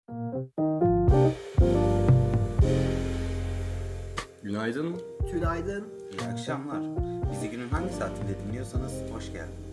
Günaydın. Günaydın. İyi akşamlar. Bizi günün hangi saatinde dinliyorsanız hoş geldiniz.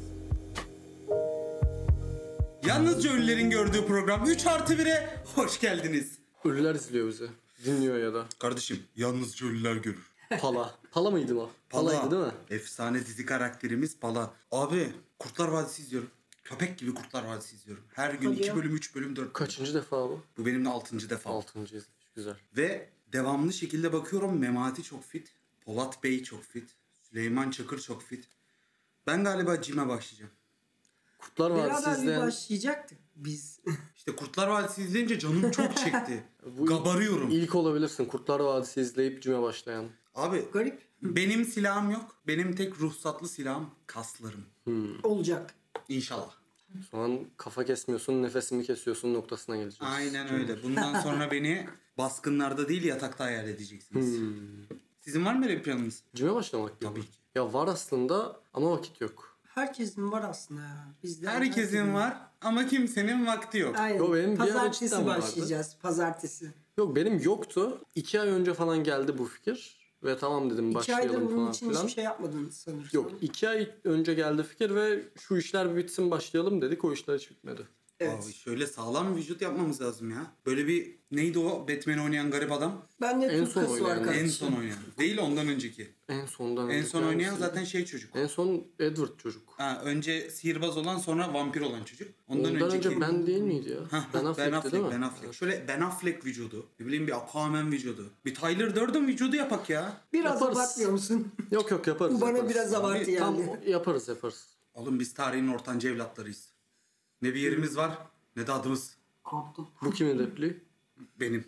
Yalnızca ölülerin gördüğü program 3+1'e hoş geldiniz. Ölüler izliyor bizi. Dinliyor ya da. Kardeşim, yalnızca ölüler görür. Pala. Pala mıydı o? Pala'ydı değil mi? Efsane dizi karakterimiz Pala. Abi, Kurtlar Vadisi izliyorum. Köpek gibi Kurtlar Vadisi izliyorum. Her gün Hadi 2 ya. bölüm, 3 bölüm, 4 bölüm. Kaçıncı defa bu? Bu benim de 6. defa. 6. izlemiş. Güzel. Ve devamlı şekilde bakıyorum. Memati çok fit. Polat Bey çok fit. Süleyman Çakır çok fit. Ben galiba cime başlayacağım. Kurtlar Vadisi Beraber bir izleyen... başlayacaktık biz. İşte Kurtlar Vadisi izleyince canım çok çekti. Gabarıyorum. İlk olabilirsin. Kurtlar Vadisi izleyip cime başlayan. Abi Garip. benim silahım yok. Benim tek ruhsatlı silahım kaslarım. Olacak. İnşallah. Şu an kafa kesmiyorsun, nefesimi kesiyorsun noktasına geleceğiz. Aynen öyle. Bundan sonra beni baskınlarda değil yatakta hayal edeceksiniz. Sizin var mı öyle bir planınız? Cime başlamak gibi. Tabii ki. Ya var aslında ama vakit yok. Herkesin var aslında ya. Bizde Herkesin var ama kimsenin vakti yok. Aynen. Yo, benim bir ara Pazartesi cidden vardı. başlayacağız. Pazartesi. Yok benim yoktu. 2 ay önce falan geldi bu fikir. Ve tamam dedim 2 aydır başlayalım bunun falan için filan. hiçbir şey yapmadın sanırsam. Yok 2 ay önce geldi fikir ve şu işler bir bitsin başlayalım dedik. O işler hiç bitmedi. Evet. Abi şöyle sağlam bir vücut yapmamız lazım ya. Böyle bir neydi o Batman oynayan garip adam? Ben de En son Türk kası var oynayan, En kardeşim. son oynayan. Değil ondan önceki. En sondan En son önceki oynayan hangisi? zaten şey çocuk. En son Edward çocuk. Ha, önce sihirbaz olan sonra vampir olan çocuk. Ondan Ondan önceki... önce Ben değil miydi ya? Hah, Ben Affleck'ti değil mi? Ben Affleck. Şöyle Ben Affleck vücudu. Ne bileyim bir Aquaman vücudu. Bir Tyler Durden vücudu yapak ya. Biraz Yaparız. abartmıyor musun? Yok yaparız. Bana yaparız. biraz abartı Abi, Tam geldi. yaparız. Oğlum biz tarihin ortanca evlatlarıyız. Ne bir yerimiz var ne de adımız. Korktum. Bu kimin repliği? Benim.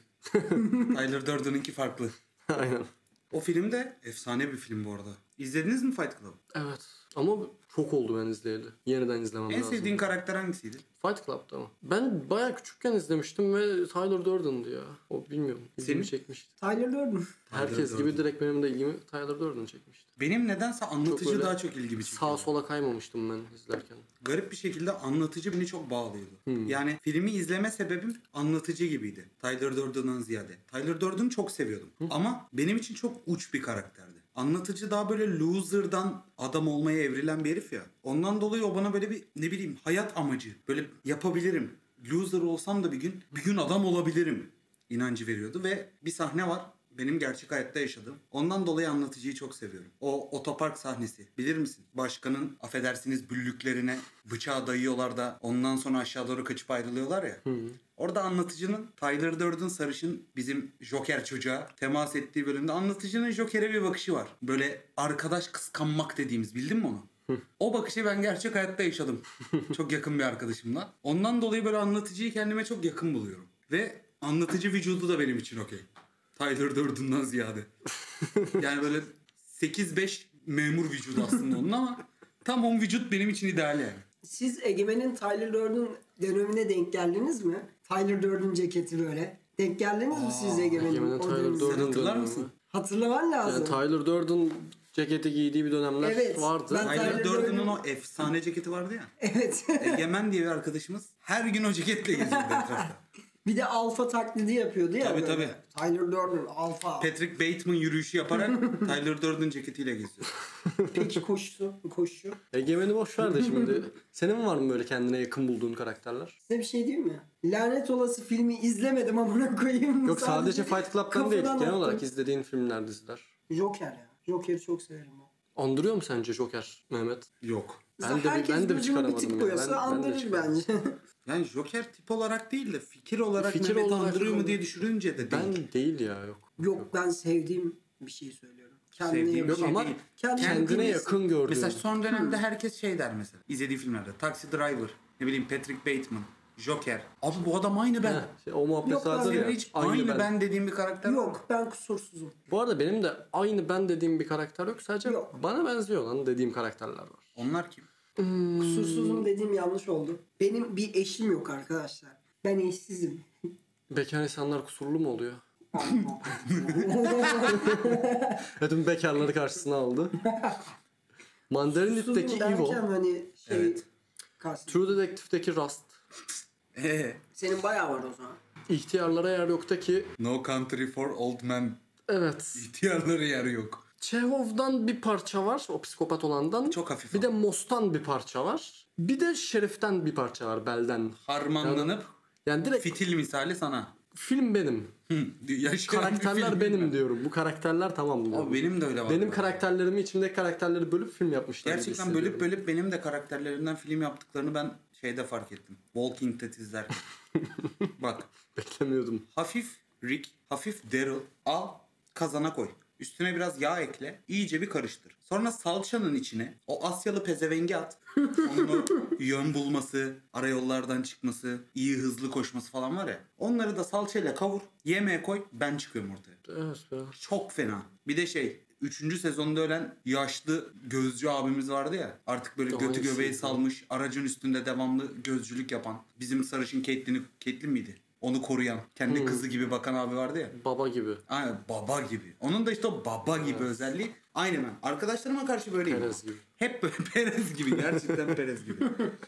Tyler Durden'ınki farklı. Aynen. O film de efsane bir film bu arada. İzlediniz mi Fight Club? Evet. Ama çok oldu ben izleyeli. Yeniden izlemem En lazım. sevdiğin karakter hangisiydi? Fight Club'da ama. Ben bayağı küçükken izlemiştim ve Tyler Durden'dı ya. O bilmiyorum. İlgimi Senin? çekmişti. Tyler Durden. Herkes Durden. gibi direkt benim de ilgimi Tyler Durden çekmişti. Benim nedense anlatıcı böyle daha çok ilgimi çekiyor. Sağa sola kaymamıştım ben izlerken. Garip bir şekilde anlatıcı beni çok bağlıyordu. Yani filmi izleme sebebim anlatıcı gibiydi. Tyler Durden'dan ziyade. Tyler Durden'ı çok seviyordum. Ama benim için çok uç bir karakterdi. Anlatıcı daha böyle loser'dan adam olmaya evrilen bir herif ya. Ondan dolayı o bana böyle bir ne bileyim hayat amacı. Böyle yapabilirim. Loser olsam da bir gün adam olabilirim inancı veriyordu ve bir sahne var. Benim gerçek hayatta yaşadığım. Ondan dolayı anlatıcıyı çok seviyorum. O otopark sahnesi. Bilir misin? Başkanın affedersiniz büllüklerine bıçağı dayıyorlar da ondan sonra aşağı doğru kaçıp ayrılıyorlar ya. Orada anlatıcının Tyler Durden sarışın bizim Joker çocuğa temas ettiği bölümde anlatıcının Joker'e bir bakışı var. Böyle arkadaş kıskanmak dediğimiz, bildin mi onu? O bakışı ben gerçek hayatta yaşadım. Çok yakın bir arkadaşımla. Ondan dolayı böyle anlatıcıyı kendime çok yakın buluyorum. Ve anlatıcı vücudu da benim için okey. Tyler Durden'dan ziyade. Yani böyle 8-5 memur vücudu aslında onun ama tam o vücut benim için ideal yani. Siz Egemen'in Tyler Durden dönemine denk geldiniz mi? Tyler Durden ceketi böyle. Denk geldiniz mi siz Egemen'in? Egemen'in o Tyler dönemine? Durden hatırlar dönemi. mısın? Hatırlaman lazım. Yani Tyler Durden ceketi giydiği bir dönemler Evet, vardı. ben- Tyler Tyler Durden'ın Durden- o efsane ceketi vardı ya. Evet. Egemen diye bir arkadaşımız her gün o ceketle geziyordu etrafta. Bir de alfa taklidi yapıyordu ya. Tabii, böyle. Tyler Durden alfa. Patrick Bateman yürüyüşü yaparak Tyler Durden ceketiyle geziyor. Peki koşu. Egemen'i boş ver de şimdi. Senin var mı böyle kendine yakın bulduğun karakterler? Size bir şey diyeyim mi? Lanet olası filmi izlemedim amına koyayım. Yok sadece Fight Club'tan değil. kafadan Genel attım. olarak izlediğin filmler, diziler. Joker ya. Joker'i çok severim ben. Andırıyor mu sence Joker Mehmet? Yok. Herkes ben de bir gözünü çıkaramadım tık ya. koyasa Ben de andırır çıkaramadım. bence. Yani Joker tip olarak değil de fikir olarak Fikir Mehmet olarak andırıyor mu olur. diye düşününce de değil. Ben değil ya yok. Yok ben sevdiğim bir şey söylüyorum. Kendine Sevdiğim yakın. bir şey Ama değil. kendine bilirsin. yakın gördüğün. Mesela son dönemde herkes şey der mesela. İzlediği filmlerde. Taxi Driver. Ne bileyim Patrick Bateman. Joker. Abi bu adam aynı ben. O muhabbet Yok, vardır ben ya. Senin hiç aynı ben dediğim bir karakter var mı? Yok ben kusursuzum. Bu arada benim de aynı ben dediğim bir karakter yok. Sadece Yok. bana benziyor lan dediğim karakterler var. Onlar kim? Kusursuzum dediğim yanlış oldu. Benim bir eşim yok arkadaşlar. Ben eşsizim. Bekar insanlar kusurlu mu oluyor? Bütün bekarları karşısına aldı. Mandarin Kusursuzum It'teki derken Ivo. hani şey... Evet. Kastım. True Detective'deki Rust. Senin bayağı var o zaman. İhtiyarlara yer yokta ki No Country for Old Men. evet. İhtiyarlara yer yok. Çehov'dan bir parça var. O psikopat olandan. Çok hafif Bir de ama. Mos'tan bir parça var. Bir de Şerif'ten bir parça var. Bel'den. Harmanlanıp Yani direkt fitil misali sana. film benim. Yaşayan bir Karakterler film benim mi? diyorum. Bu karakterler tamam diyorum. O benim de öyle var. Benim karakterlerimi içindeki karakterleri bölüp film yapmışlar. gibi Gerçekten hissediyorum. bölüp benim de karakterlerimden film yaptıklarını ben şeyde fark ettim. Walking Dead izlerken. Bak, Beklemiyordum. hafif Rick, hafif Daryl al, kazana koy. Üstüne biraz yağ ekle, iyice bir karıştır. Sonra salçanın içine o Asyalı pezevengi at. Onun o yön bulması, arayollardan çıkması, iyi hızlı koşması falan var ya. Onları da salçayla kavur, yemeğe koy, ben çıkıyorum ortaya. Evet be. Çok fena. Bir de 3. sezonda ölen yaşlı gözcü abimiz vardı ya. Artık böyle götü Hangisi? göbeği salmış, aracın üstünde devamlı gözcülük yapan. Bizim sarışın Caitlyn miydi? Onu koruyan, kendi kızı gibi bakan abi vardı ya. Baba gibi. Aynen, baba gibi. Onun da işte o baba gibi özelliği. Aynı ben. Arkadaşlarıma karşı böyleyim. Perez gibi. Hep böyle Perez gibi. Gerçekten Perez gibi.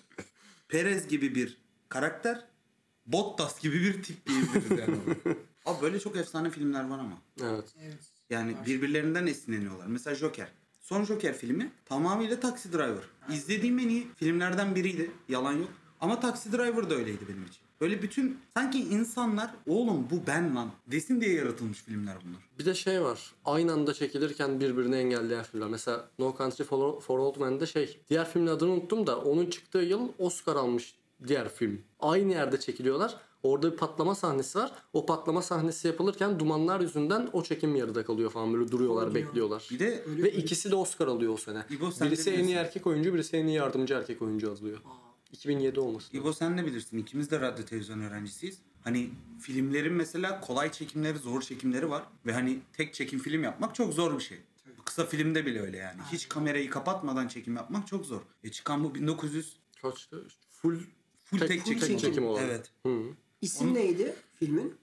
Perez gibi bir karakter. Bottas gibi bir tip diyebiliriz yani. Abi böyle çok efsane filmler var ama. Evet. Evet. Yani birbirlerinden esinleniyorlar. Mesela Joker. Son Joker filmi tamamıyla Taxi Driver. İzlediğim en iyi filmlerden biriydi. Yalan yok. Ama Taxi Driver da öyleydi benim için. Böyle bütün sanki insanlar oğlum bu ben lan desin diye yaratılmış filmler bunlar. Bir de şey var. Aynı anda çekilirken birbirini engelleyen filmler. Mesela No Country for Old Men'de diğer filmin adını unuttum da onun çıktığı yıl Oscar almış diğer film. Aynı yerde çekiliyorlar. Orada bir patlama sahnesi var. O patlama sahnesi yapılırken dumanlar yüzünden o çekim yarıda kalıyor falan. Böyle duruyorlar, Oluyor. bekliyorlar. Bir de Ve ikisi de Oscar alıyor o sene. İbo, sen Birisi de en iyi bilirsin. erkek oyuncu, birisi en iyi yardımcı erkek oyuncu alıyor. 2007 olması. İbo sen ne bilirsin? İkimiz de radyo televizyon öğrencisiyiz. Hani filmlerin mesela kolay çekimleri, zor çekimleri var. Ve hani tek çekim film yapmak çok zor bir şey. Kısa filmde bile öyle yani. Hiç kamerayı kapatmadan çekim yapmak çok zor. Çıkan bu 1900 Kaçtı? Full tek çekim. olan. Evet. Hı. İsim neydi filmin?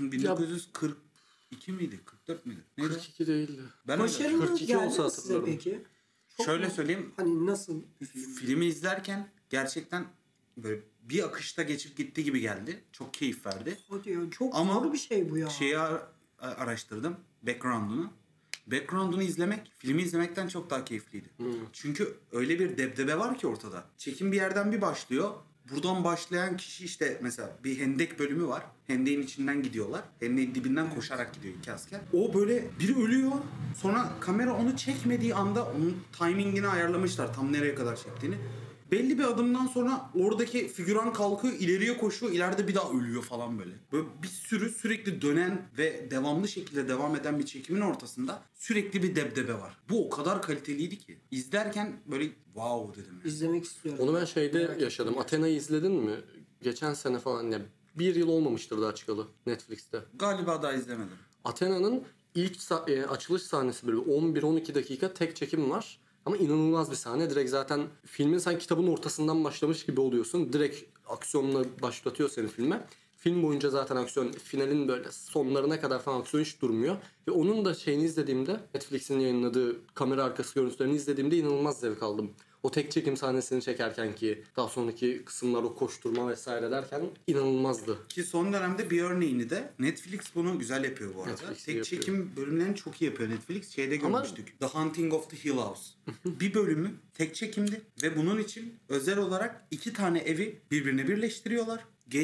1942 miydi? 44 müydü? Neydi? 42 değildi. Ben öyle- Başarılı 42 geldi olsa mi size hatırlarım. peki? Çok Şöyle mu? söyleyeyim. Hani nasıl bir film? Filmi izlerken gerçekten böyle bir akışta geçip gitti gibi geldi. Çok keyif verdi. Hadi ya, çok Ama zor bir şey bu ya. Araştırdım. Background'unu. Background'unu izlemek, filmi izlemekten çok daha keyifliydi. Çünkü öyle bir debdebe var ki ortada. Çekim bir yerden bir başlıyor. Buradan başlayan kişi işte mesela bir hendek bölümü var. Hendeğin içinden gidiyorlar. Hendeğin dibinden koşarak gidiyor iki asker. O böyle biri ölüyor. Sonra kamera onu çekmediği anda onun timingini ayarlamışlar. Tam nereye kadar çektiğini. Belli bir adımdan sonra oradaki figüran kalkıyor, ileriye koşuyor, ileride bir daha ölüyor falan böyle. Böyle bir sürü sürekli dönen ve devamlı şekilde devam eden bir çekimin ortasında sürekli bir debdebe var. Bu o kadar kaliteliydi ki. İzlerken böyle wow dedim. Yani. İzlemek istiyorum. Onu ben şeyde Merak yaşadım. ettim. Athena'yı izledin mi? Geçen sene falan ya. Bir yıl olmamıştır daha çıkalı Netflix'te. Galiba daha izlemedim. Athena'nın ilk açılış sahnesi böyle 11-12 dakika tek çekim var. Ama inanılmaz bir sahne. Direkt zaten filmin sen kitabın ortasından başlamış gibi oluyorsun. Direkt aksiyonla başlatıyor seni filme. Film boyunca zaten aksiyon, finalin böyle sonlarına kadar falan aksiyon hiç durmuyor. Ve onun da şeyini izlediğimde, Netflix'in yayınladığı kamera arkası görüntülerini izlediğimde inanılmaz zevk aldım. O tek çekim sahnesini çekerken ki daha sonraki kısımlar o koşturma vesaire derken inanılmazdı. Ki son dönemde bir örneğini de Netflix bunu güzel yapıyor bu arada. Netflix Tek yapıyor. çekim bölümlerini çok iyi yapıyor Netflix. Şeyde Ama- görmüştük. The Hunting of the Hill House. Bir bölümü tek çekimdi ve bunun için özel olarak 2 tane evi birbirine birleştiriyorlar.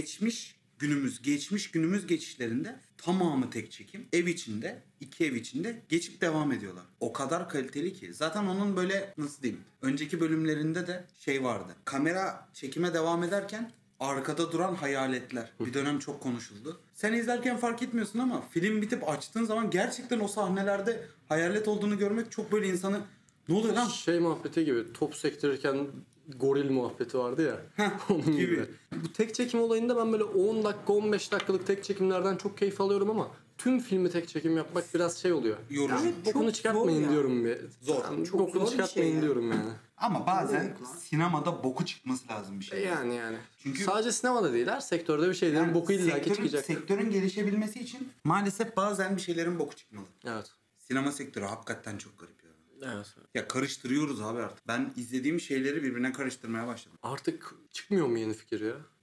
Geçmiş günümüz geçişlerinde tamamı tek çekim. Ev içinde, 2 ev içinde geçip devam ediyorlar. O kadar kaliteli ki. Zaten onun böyle nasıl diyeyim? Önceki bölümlerinde de şey vardı. Kamera çekime devam ederken arkada duran hayaletler. Bir dönem çok konuşuldu. Sen izlerken fark etmiyorsun ama film bitip açtığın zaman gerçekten o sahnelerde hayalet olduğunu görmek çok böyle insanı ne oluyor lan? Şey muhabbeti gibi top sektirirken goril muhabbeti vardı ya. Onun gibi. gibi. Bu tek çekim olayında ben böyle 10 dakika 15 dakikalık tek çekimlerden çok keyif alıyorum ama tüm filmi tek çekim yapmak biraz şey oluyor. Yorucu. Evet. Bokunu Çok çıkartmayın zor ya. diyorum bir. Zor. Yani Çok bokunu zor bir çıkartmayın şey ya. diyorum yani. Ama Ne bazen demek lan? sinemada boku çıkması lazım bir şey. Yani. Çünkü- Sadece sinemada değil her sektörde bir şeylerin Yani boku illaki çıkacak. sektörün gelişebilmesi için maalesef bazen bir şeylerin boku çıkmalı. Evet. Sinema sektörü hakikaten çok garip ya. Evet. Ya karıştırıyoruz abi artık. Ben izlediğim şeyleri birbirine karıştırmaya başladım. Artık çıkmıyor mu yeni fikir ya?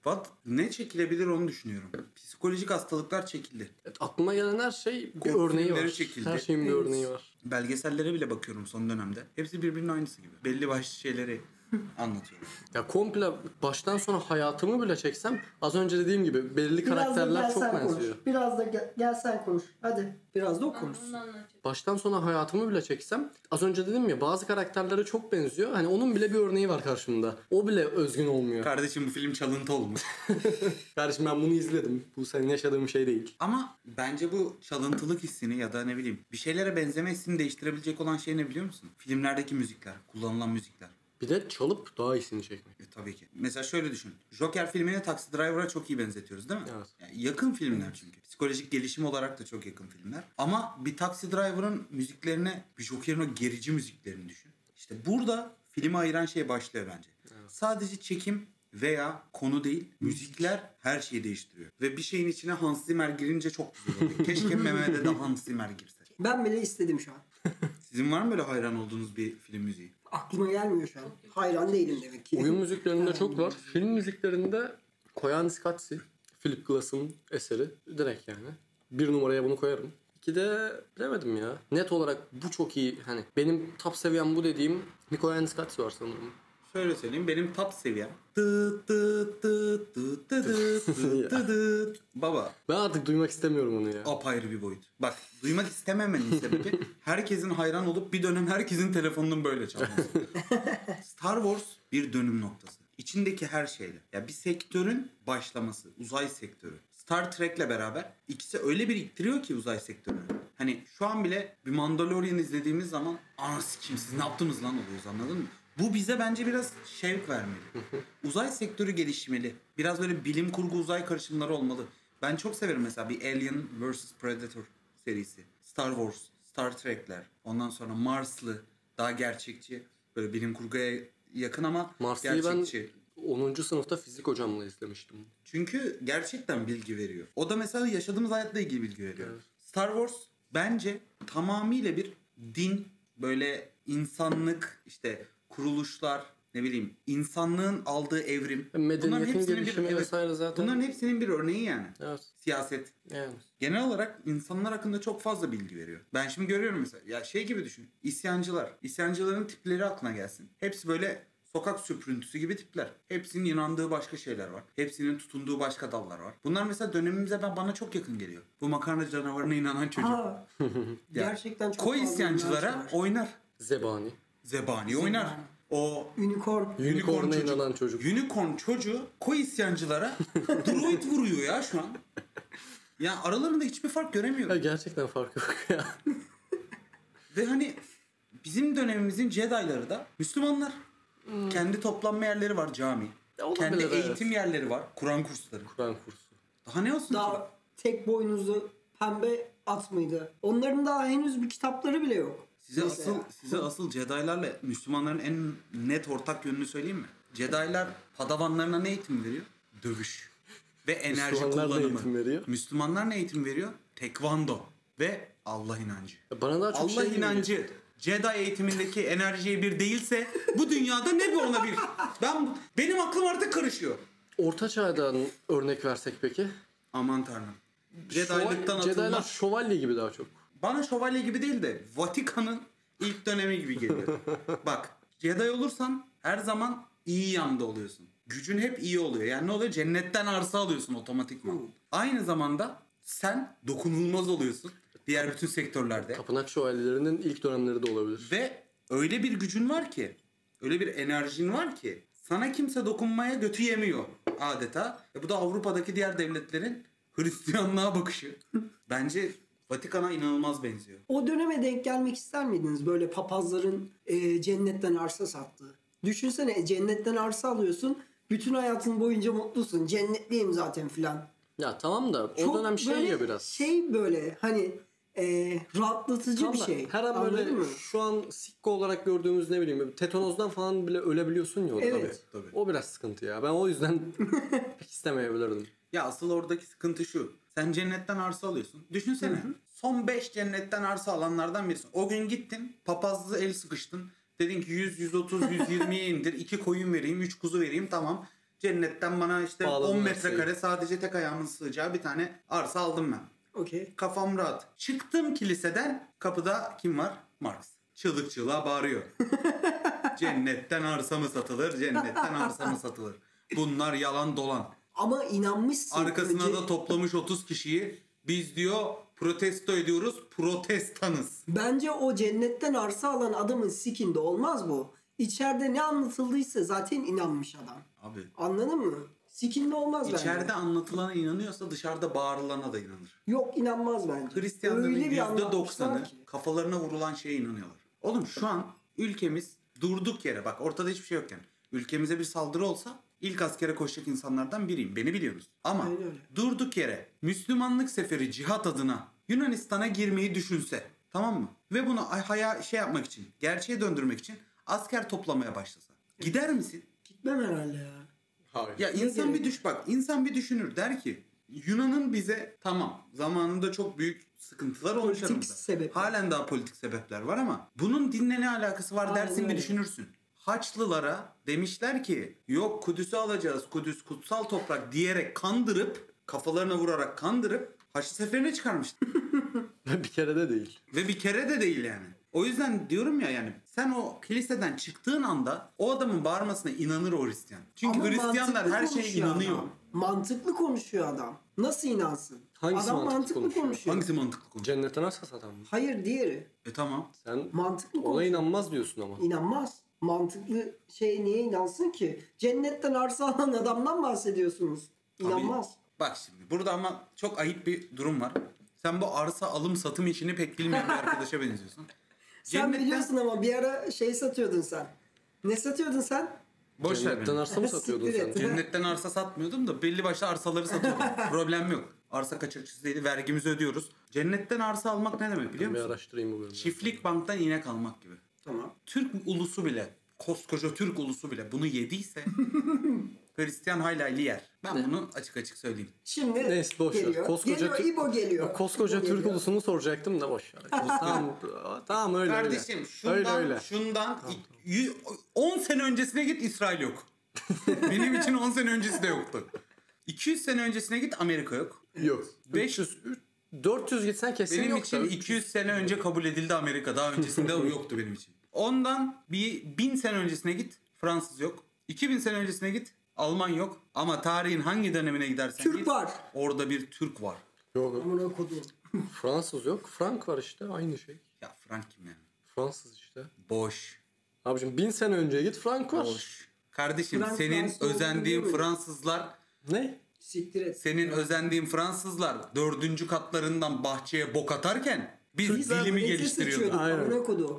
Ne çekilebilir onu düşünüyorum. Psikolojik hastalıklar çekildi. Evet, aklıma gelen her şey bir Korku örneği filmleri var. çekildi. Her şeyin bir Evet. örneği var. Belgesellere bile bakıyorum son dönemde. Hepsi birbirinin aynısı gibi. Belli başlı şeyleri anlatıyor. Ya komple baştan sona hayatımı bile çeksem az önce dediğim gibi belli Biraz da karakterler gel çok sen konuş. benziyor. Biraz da gel sen konuş. Hadi. Biraz da o konuşsun. Onu anlatacağım. Baştan sona hayatımı bile çeksem az önce dedim ya bazı karakterlere çok benziyor. Hani onun bile bir örneği var karşımda. O bile özgün olmuyor. Kardeşim bu film çalıntı olmuş. Kardeşim ben bunu izledim. Bu senin yaşadığın şey değil. Ama bence bu çalıntılık hissini ya da ne bileyim bir şeylere benzeme hissini değiştirebilecek olan şey ne biliyor musun? Filmlerdeki müzikler, kullanılan müzikler. Bir de çalıp daha iyisini çekmek. Tabii ki. Mesela şöyle düşün. Joker filmini Taxi Driver'a çok iyi benzetiyoruz değil mi? Evet. Yani yakın filmler çünkü. Psikolojik gelişim olarak da çok yakın filmler. Ama bir Taxi Driver'ın müziklerine, bir Joker'in o gerici müziklerini düşün. İşte burada filmi ayıran şey başlıyor bence. Sadece çekim veya konu değil, müzikler her şeyi değiştiriyor. Ve bir şeyin içine Hans Zimmer girince çok güzel oluyor. Keşke Mehmet'e de Hans Zimmer girse. Ben bile istedim şu an. Sizin var mı böyle hayran olduğunuz bir film müziği? Aklıma gelmiyor şu an. Hayran değilim demek ki. Oyun müziklerinde çok var. Film müziklerinde Koyaanisqatsi, Philip Glass'ın eseri. Direkt yani. Bir numaraya bunu koyarım. İki de bilemedim ya. Net olarak bu çok iyi. Hani benim top seviyem bu dediğim bir Koyaanisqatsi var sanırım. Şöyle söyleyeyim, benim top seviyem. Tıt tıt tıt tıt tıt tıt tıt tıt. Baba, Ben artık duymak istemiyorum onu ya. apayrı bir boyut. Bak, duymak istememenin sebebi herkesin hayran olup bir dönem herkesin telefonunun böyle çalması. Star Wars bir dönüm noktası. İçindeki her şeyle. Ya bir sektörün başlaması, uzay sektörü. Star Trek'le beraber ikisi öyle bir ittiriyor ki uzay sektörünü. Hani şu an bile bir Mandalorian izlediğimiz zaman anası kim siz ne yaptınız lan oluyoruz, anladın mı? Bu bize bence biraz şevk vermeli. Uzay sektörü gelişmeli. Biraz böyle bilim kurgu uzay karışımları olmalı. Ben çok severim mesela bir Alien vs Predator serisi. Star Wars, Star Trek'ler. Ondan sonra Marslı, daha gerçekçi. Böyle bilim kurguya yakın ama Mars'ı gerçekçi. ben 10. sınıfta fizik hocamla izlemiştim. Çünkü gerçekten bilgi veriyor. O da mesela yaşadığımız hayatla ilgili bilgi veriyor. Evet. Star Wars bence tamamıyla bir din, böyle insanlık, işte kuruluşlar, ne bileyim insanlığın aldığı evrim. Medeniyetin gelişimi vesaire zaten. Bunların hepsinin bir örneği yani. Evet. Siyaset. Yani. Genel olarak insanlar hakkında çok fazla bilgi veriyor. Ben şimdi görüyorum mesela. Ya şey gibi düşün. İsyancılar. İsyancıların tipleri aklına gelsin. Hepsi böyle sokak süprüntüsü gibi tipler. Hepsinin inandığı başka şeyler var. Hepsinin tutunduğu başka dallar var. Bunlar mesela dönemimize bana çok yakın geliyor. Bu makarna canavarına inanan çocuk. Aa, gerçekten çok Koy fazla isyancılara inanç var. oynar. Zebani. Zebani oynar. O Unicorn. Unicorn'a inanan çocuk. Unicorn çocuğu koy isyancılara droid vuruyor ya şu an. Ya aralarında hiçbir fark göremiyorum. Ya gerçekten farkı yok ya. Ve hani bizim dönemimizin Jedi'ları da Müslümanlar. Kendi toplanma yerleri var, cami. Ya olabilir, Kendi evet. eğitim yerleri var, Kur'an kursları. Kur'an kursu. Daha ne olsun ki? Daha tek boynuzlu pembe at mıydı? Onların daha henüz bir kitapları bile yok. Size asıl Jedi'larla Müslümanların en net ortak yönünü söyleyeyim mi? Jedi'lar padavanlarına ne eğitim veriyor? Dövüş. Ve enerji Müslümanlar da kullanımı. eğitim veriyor. Müslümanlar ne eğitim veriyor? Tekvando. Ve Allah inancı. Bana daha çok Allah şey gibi inancı Jedi eğitimindeki enerjiye bir değilse bu dünyada ne bir ona bir. Benim aklım artık karışıyor. Orta Çağ'dan örnek versek peki? Aman tanrım. Jedi'lıktan Jedi'lar atılmak şövalye gibi daha çok. bana şövalye gibi değil de Vatikan'ın ilk dönemi gibi geliyor. Bak, Jedi olursan her zaman iyi yanda oluyorsun. Gücün hep iyi oluyor. Yani ne oluyor? Cennetten arsa alıyorsun otomatikman. Aynı zamanda sen dokunulmaz oluyorsun diğer bütün sektörlerde. Tapınak şövalyelerinin ilk dönemleri de olabilir. Ve öyle bir gücün var ki, öyle bir enerjin var ki sana kimse dokunmaya götü yemiyor adeta. Bu da Avrupa'daki diğer devletlerin Hristiyanlığa bakışı. Bence Vatikan'a inanılmaz benziyor. O döneme denk gelmek ister miydiniz? Böyle papazların cennetten arsa sattığı. Düşünsene, cennetten arsa alıyorsun. Bütün hayatın boyunca mutlusun. Cennetliyim zaten filan. Ya tamam da o Çok dönem şey böyle ya biraz. Şey böyle hani rahatlatıcı Tamam bir da şey. Her an böyle Anladın mı? şu an sikko olarak gördüğümüz ne bileyim tetanozdan falan bile ölebiliyorsun ya orada. Evet. Tabii. O biraz sıkıntı ya. Ben o yüzden pek istemeyebilirdim. Ya asıl oradaki sıkıntı şu. Sen cennetten arsa alıyorsun. Düşünsene. Son 5 cennetten arsa alanlardan birisin. O gün gittin, papazlı el sıkıştın. Dedin ki 100, 130, 120'ye indir. 2 koyun vereyim, 3 kuzu vereyim, tamam. Cennetten bana işte Bağladılar 10 metrekare seni. sadece tek ayağımın sığacağı bir tane arsa aldım ben. Okey. Kafam rahat. Çıktım kiliseden, kapıda kim var? Marx. Çığlık çığlığa bağırıyor. Cennetten arsa mı satılır? Cennetten arsa mı satılır? Bunlar yalan dolan. Ama inanmışsın. Arkasına önce. da toplamış 30 kişiyi. Biz diyor protesto ediyoruz. Protestanız. Bence o cennetten arsa alan adamın sikinde olmaz bu. İçeride ne anlatıldıysa zaten inanmış adam. Abi Anladın mı? Sikinde olmaz bence. içeride anlatılana inanıyorsa dışarıda bağırılana da inanır. Yok, inanmaz bence. Hristiyanların Öyle bir anlatmışlar %90'ı ki. kafalarına vurulan şeye inanıyorlar. Oğlum şu an ülkemiz durduk yere, bak ortada hiçbir şey yokken, ülkemize bir saldırı olsa ilk askere koşacak insanlardan biriyim. Beni biliyorsunuz. Ama Aynen öyle. durduk yere Müslümanlık seferi cihat adına Yunanistan'a girmeyi düşünse, tamam mı? Ve bunu yapmak için, gerçeğe döndürmek için asker toplamaya başlasa. Gider misin? Gitmem herhalde ya. Hayır. Ya insan bir insan bir düşünür, der ki Yunan'ın bize tamam zamanında çok büyük sıkıntılar olmuş Politik aramızda. sebepler. Halen daha politik sebepler var ama bunun dinle ne alakası var Aynen dersin, bir öyle. düşünürsün. Haçlılara demişler ki yok Kudüs'ü alacağız, Kudüs kutsal toprak diyerek kandırıp, kafalarına vurarak kandırıp Haçlı seferine çıkarmıştı. Bir kere de değil. Ve bir kere de değil yani. O yüzden diyorum ya, yani sen o kiliseden çıktığın anda o adamın bağırmasına inanır o Hristiyan. Çünkü Ama Hristiyanlar mantıklı her şeye konuşuyor inanıyor. adam. Mantıklı konuşuyor adam. Nasıl inansın? Hangisi adam mantıklı konuşuyor? Hangisi mantıklı konu? Cennetten arsa satan mı? Hayır, diğeri. Tamam. Sen Mantıklı ona konuşuyor. inanmaz diyorsun ama. İnanmaz. Mantıklı şey niye inansın ki? Cennetten arsa alan adamdan bahsediyorsunuz. İnanmaz. Abi, bak şimdi burada ama çok ayıp bir durum var. Sen bu arsa alım satım işini pek bilmeyen bir arkadaşa benziyorsun. Sen biliyorsun ama bir ara şey satıyordun sen. Ne satıyordun sen? Boş ver Cennetten beni. arsa mı satıyordun Siktir sen? et. Cennetten arsa satmıyordum da belli başlı arsaları satıyordum. Problem yok. Arsa kaçakçısı değil, vergimizi ödüyoruz. Cennetten arsa almak ne demek biliyor Bir musun? araştırayım bu bölümü. Çiftlik banktan inek almak gibi. Tamam. Türk ulusu bile, koskoca Türk ulusu bile bunu yediyse Hristiyan haylaylı yer. Ben bunu açık açık söyleyeyim. Şimdi Neyse boş ver. geliyor. Koskoca geliyor, İbo geliyor. Koskoca İbo Türk geliyor. ulusunu soracaktım da boş ver. Tamam, tamam öyle Kardeşim öyle. şundan, Öyle öyle. şundan 10 sene öncesine git, İsrail yok. Benim için 10 sene öncesi de yoktu. 200 sene öncesine git, Amerika yok. Yok. 500 400 gitsen kesin Benim yok için da. 200 sene önce kabul edildi Amerika. Daha öncesinde yoktu benim için. Ondan bir 1000 sene öncesine git, Fransız yok. 2000 sene öncesine git, Alman yok. Ama tarihin hangi dönemine gidersen Türk git, var. orada bir Türk var. Yok. Amına kodum. Fransız yok. Frank var işte aynı şey. Ya Frank kim yani? Fransız işte. Boş. Abicim 1000 sene önceye git Frank var. Boş. Kardeşim Frank senin Fransız olduğunu özendiğin biliyor muydun? Fransızlar, Ne? Siktir et. senin özendiğin Fransızlar 4. katlarından bahçeye bok atarken biz Türkler dilimi nefes geliştiriyorduk. içiyorduk, Aynen. Amına kodum.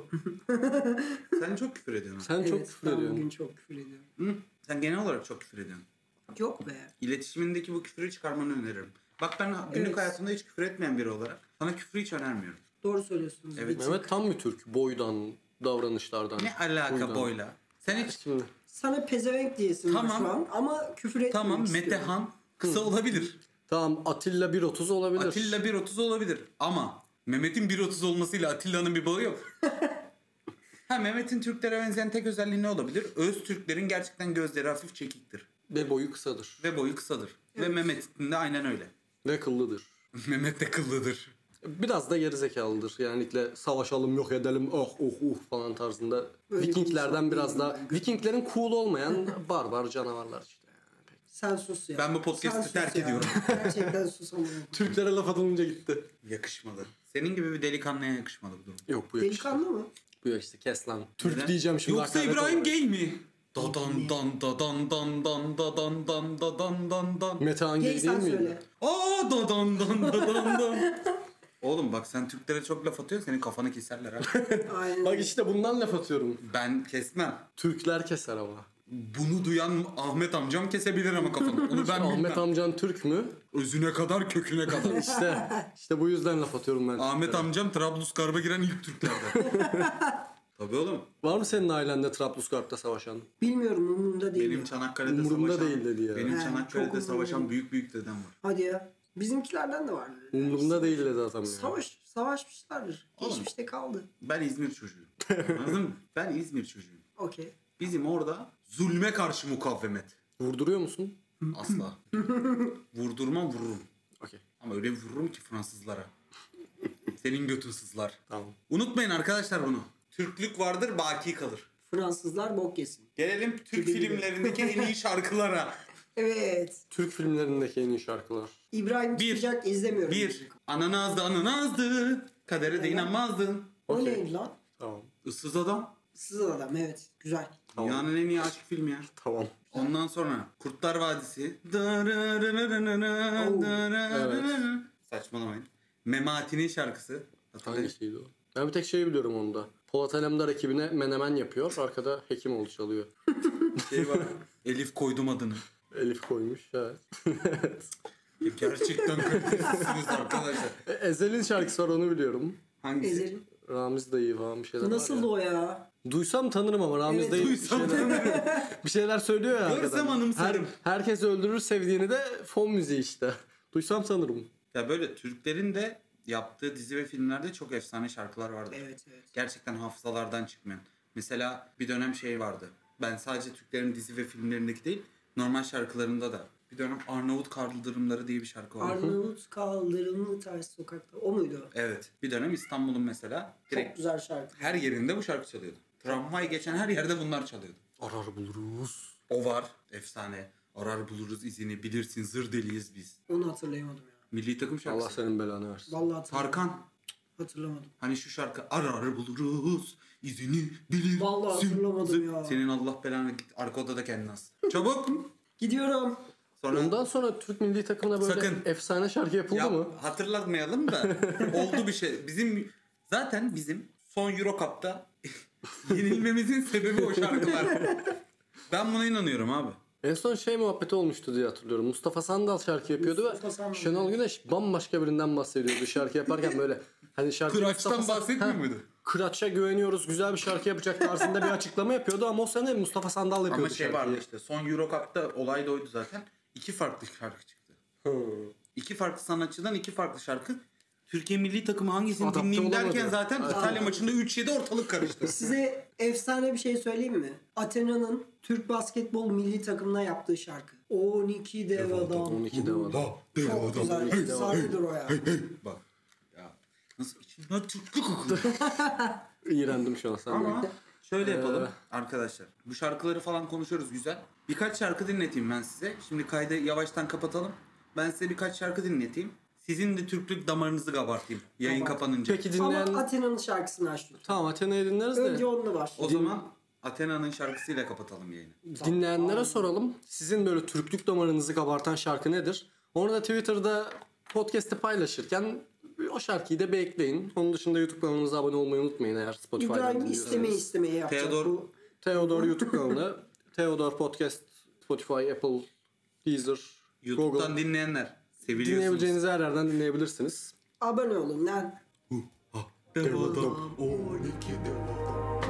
Sen çok küfür ediyorsun. Sen çok Evet, küfür ben ediyorsun. bugün çok küfür ediyorum. Hı? Sen genel olarak çok küfür ediyorsun. Yok be. İletişimindeki bu küfürü çıkarmanı öneririm. Bak ben günlük Evet. hayatımda hiç küfür etmeyen biri olarak sana küfürü hiç önermiyorum. Doğru söylüyorsunuz. Evet. Mehmet tam bir Türk. Boydan, davranışlardan. Ne alaka huydan. boyla? Sen hiç Şimdi Sana pezevenk diyesin Tamam. şu an ama küfür etmemek tamam istiyorum. Metehan kısa olabilir. tamam Atilla 1.30 olabilir. Atilla 1.30 olabilir ama Mehmet'in 1.30 olmasıyla Atilla'nın bir bağı yok. Ha Mehmet'in Türklere benzeyen tek özelliği ne olabilir? Öz Türklerin gerçekten gözleri hafif çekiktir Ve boyu kısadır. ve boyu kısadır. Ve Mehmet'in de aynen öyle. Ve kıllıdır. Mehmet de kıllıdır. Biraz da gerizekalıdır. Genellikle savaşalım yok edelim falan tarzında. Öyle bir Vikinglerden insan biraz değilim daha ben. Vikinglerin cool olmayan barbar canavarlar işte. Sen sus ya. Ben bu podcast'i Sen sus terk ya. ediyorum. Gerçekten sus amına. Türklere laf atılınca gitti. Yakışmadı. Senin gibi bir delikanlıya yakışmadı bu durum. Yok bu yakıştı. Delikanlı mı? Bu yakıştı kes lan. Türk Neden? diyeceğim şimdi. Yoksa hakaret İbrahim olarak. gay mi? Dadan dan dadan dan dan dadan dan dadan dan dan. Metehan Gay gay değil sen miydi? söyle. Aa dadan dan dadan dan. Oğlum bak sen Türklere çok laf atıyorsun, senin kafanı keserler ha. Aynen. Bak işte bundan laf atıyorum. Ben kesmem. Türkler keser ama. Bunu duyan Ahmet amcam kesebilir ama kafanı. Onu ben Ahmet bilmem. amcan Türk mü? Özüne kadar köküne kadar. İşte bu yüzden laf atıyorum ben. Ahmet Türklere. amcam Trablusgarp'a giren ilk Türklerden. Tabii oğlum. Var mı senin ailende Trablusgarp'ta savaşan? Bilmiyorum, umurumda değil. Benim ya. Çanakkale'de Umurumda savaşan, değil dedi ya. benim He, çok Çanakkale'de umurumda savaşan değil. büyük büyük dedem var. Hadi ya. Bizimkilerden de var. Umurumda değil dedi adam ya. Savaşmışlardır. Oğlum. Geçmişte kaldı. Ben İzmir çocuğuyum. Anladın mı? Ben İzmir çocuğuyum. Okey. Bizim orada zulme karşı mukavemet. Vurduruyor musun? Asla. Vurdurmam vururum. Okey. Ama öyle bir vururum ki Fransızlara. Senin götün sızlar. Tamam. Unutmayın arkadaşlar bunu. Türklük vardır baki kalır. Fransızlar bok yesin. Gelelim Türk filmlerindeki en iyi şarkılara. Evet. Türk filmlerindeki en iyi şarkılar. İbrahim Bir. çıkacak izlemiyorum. Bir, ananazdı ananazdı. Kadere de inanmazdın. O Okey. neydi lan? Tamam. Issız Adam. Issız Adam, evet. Güzel. Tamam. Dünyanın en iyi aşk filmi ya. Tamam. Ondan sonra Kurtlar Vadisi. Evet. Saçmalamayın. Memati'nin şarkısı. Hatırlayın. Hangisiydi o? Ben bir tek şeyi biliyorum onda. Polat Alemdar ekibine menemen yapıyor. Arkada Hekimoğlu çalıyor. Şey var. Elif koydum adını. Elif koymuş. Evet. Gerçekten kalitesizsiniz arkadaşlar. Ezel'in şarkısı var, onu biliyorum. Hangisi? Ezel'in. Ramiz dayı falan bir şeyler Nasıl var o ya? Duysam tanırım ama Ramiz Evet, dayı duysam bir şeyler söylüyor ya. Görsem arkadan. anımsarım. Herkes öldürür sevdiğini de fon müziği işte. Duysam tanırım. Ya böyle Türklerin de yaptığı dizi ve filmlerde çok efsane şarkılar vardı. Evet, evet. Gerçekten hafızalardan çıkmayan. Mesela bir dönem şey vardı. Ben sadece Türklerin dizi ve filmlerindeki değil, normal şarkılarında da. Bir dönem Arnavut Kaldırımları diye bir şarkı vardı. Arnavut kaldırımlı ters sokakta. O muydu? Evet. Bir dönem İstanbul'un mesela Çok direkt güzel şarkı. her yerinde bu şarkı çalıyordu. Tramvay geçen her yerde bunlar çalıyordu. Arar buluruz. O var. Efsane. Arar buluruz izini, bilirsin zır deliyiz biz. Onu hatırlayamadım ya. Milli takım şarkısı. Allah senin belanı versin. Vallahi hatırlayamadım. Tarkan. Hatırlamadım. Hani şu şarkı arar buluruz izini bilirsin. Vallahi hatırlamadım zır. ya. Senin Allah belanı git arka odada kendin as. Çabuk. Gidiyorum. Sonra Ondan sonra Türk milli takımına böyle Sakın. efsane şarkı yapıldı ya, mı? hatırlatmayalım da oldu bir şey. Bizim son Euro Cup'ta yenilmemizin sebebi o şarkılar. Ben buna inanıyorum abi. En son şey muhabbeti olmuştu diye hatırlıyorum. Mustafa Sandal şarkı yapıyordu Mustafa ve Sandal. Şenol Güneş bambaşka birinden bahsediyordu şarkı yaparken böyle. Hani şarkı Kıraç'tan bahsetmiyor muydu? Kıraç'a güveniyoruz, güzel bir şarkı yapacak tarzında bir açıklama yapıyordu ama o sene Mustafa Sandal yapıyordu Ama şey şarkıyı. vardı işte son Euro Cup'ta olay da oydu zaten. 2 farklı şarkı çıktı. Hı. 2 farklı sanatçıdan 2 farklı şarkı. Türkiye milli takımı hangisini Adapte dinleyeyim derken olamadı. zaten Evet. İtalya maçında 3-7 ortalık karıştı. Size efsane bir şey söyleyeyim mi? Athena'nın Türk basketbol milli takımına yaptığı şarkı. 12 dev adam. 12 dev adam. Çok güzel. Efsanedir o ya. Bak. Ya nasıl içinden Türklük kokuyor. İğrendim şu an senden. Ama şöyle yapalım arkadaşlar. Bu şarkıları falan konuşuyoruz güzel. Birkaç şarkı dinleteyim ben size. Şimdi kaydı yavaştan kapatalım. Ben size birkaç şarkı dinleteyim. Sizin de Türklük damarınızı kabartayım. Yayın Kabart. kapanınca. Peki dinleyen... Ama Athena'nın şarkısını aç lütfen. Tamam, Athena'yı dinleriz de. Önce onunla var. O zaman Athena'nın şarkısıyla kapatalım yayını. Dinleyenlere soralım. Sizin böyle Türklük damarınızı kabartan şarkı nedir? Onu da Twitter'da podcast'te paylaşırken o şarkıyı da bir ekleyin. Onun dışında YouTube kanalımıza abone olmayı unutmayın eğer Spotify'dan İbrahim dinliyorsanız. istemeye yapacak Theodor- bu. Theodor YouTube kanalı. Theodor Podcast, Spotify, Apple, Deezer, YouTube'dan Google. dinleyenler seviliyorsunuz. Dinleyebileceğiniz her yerden dinleyebilirsiniz. Abone olun lan. Dev adam 12 dev adam.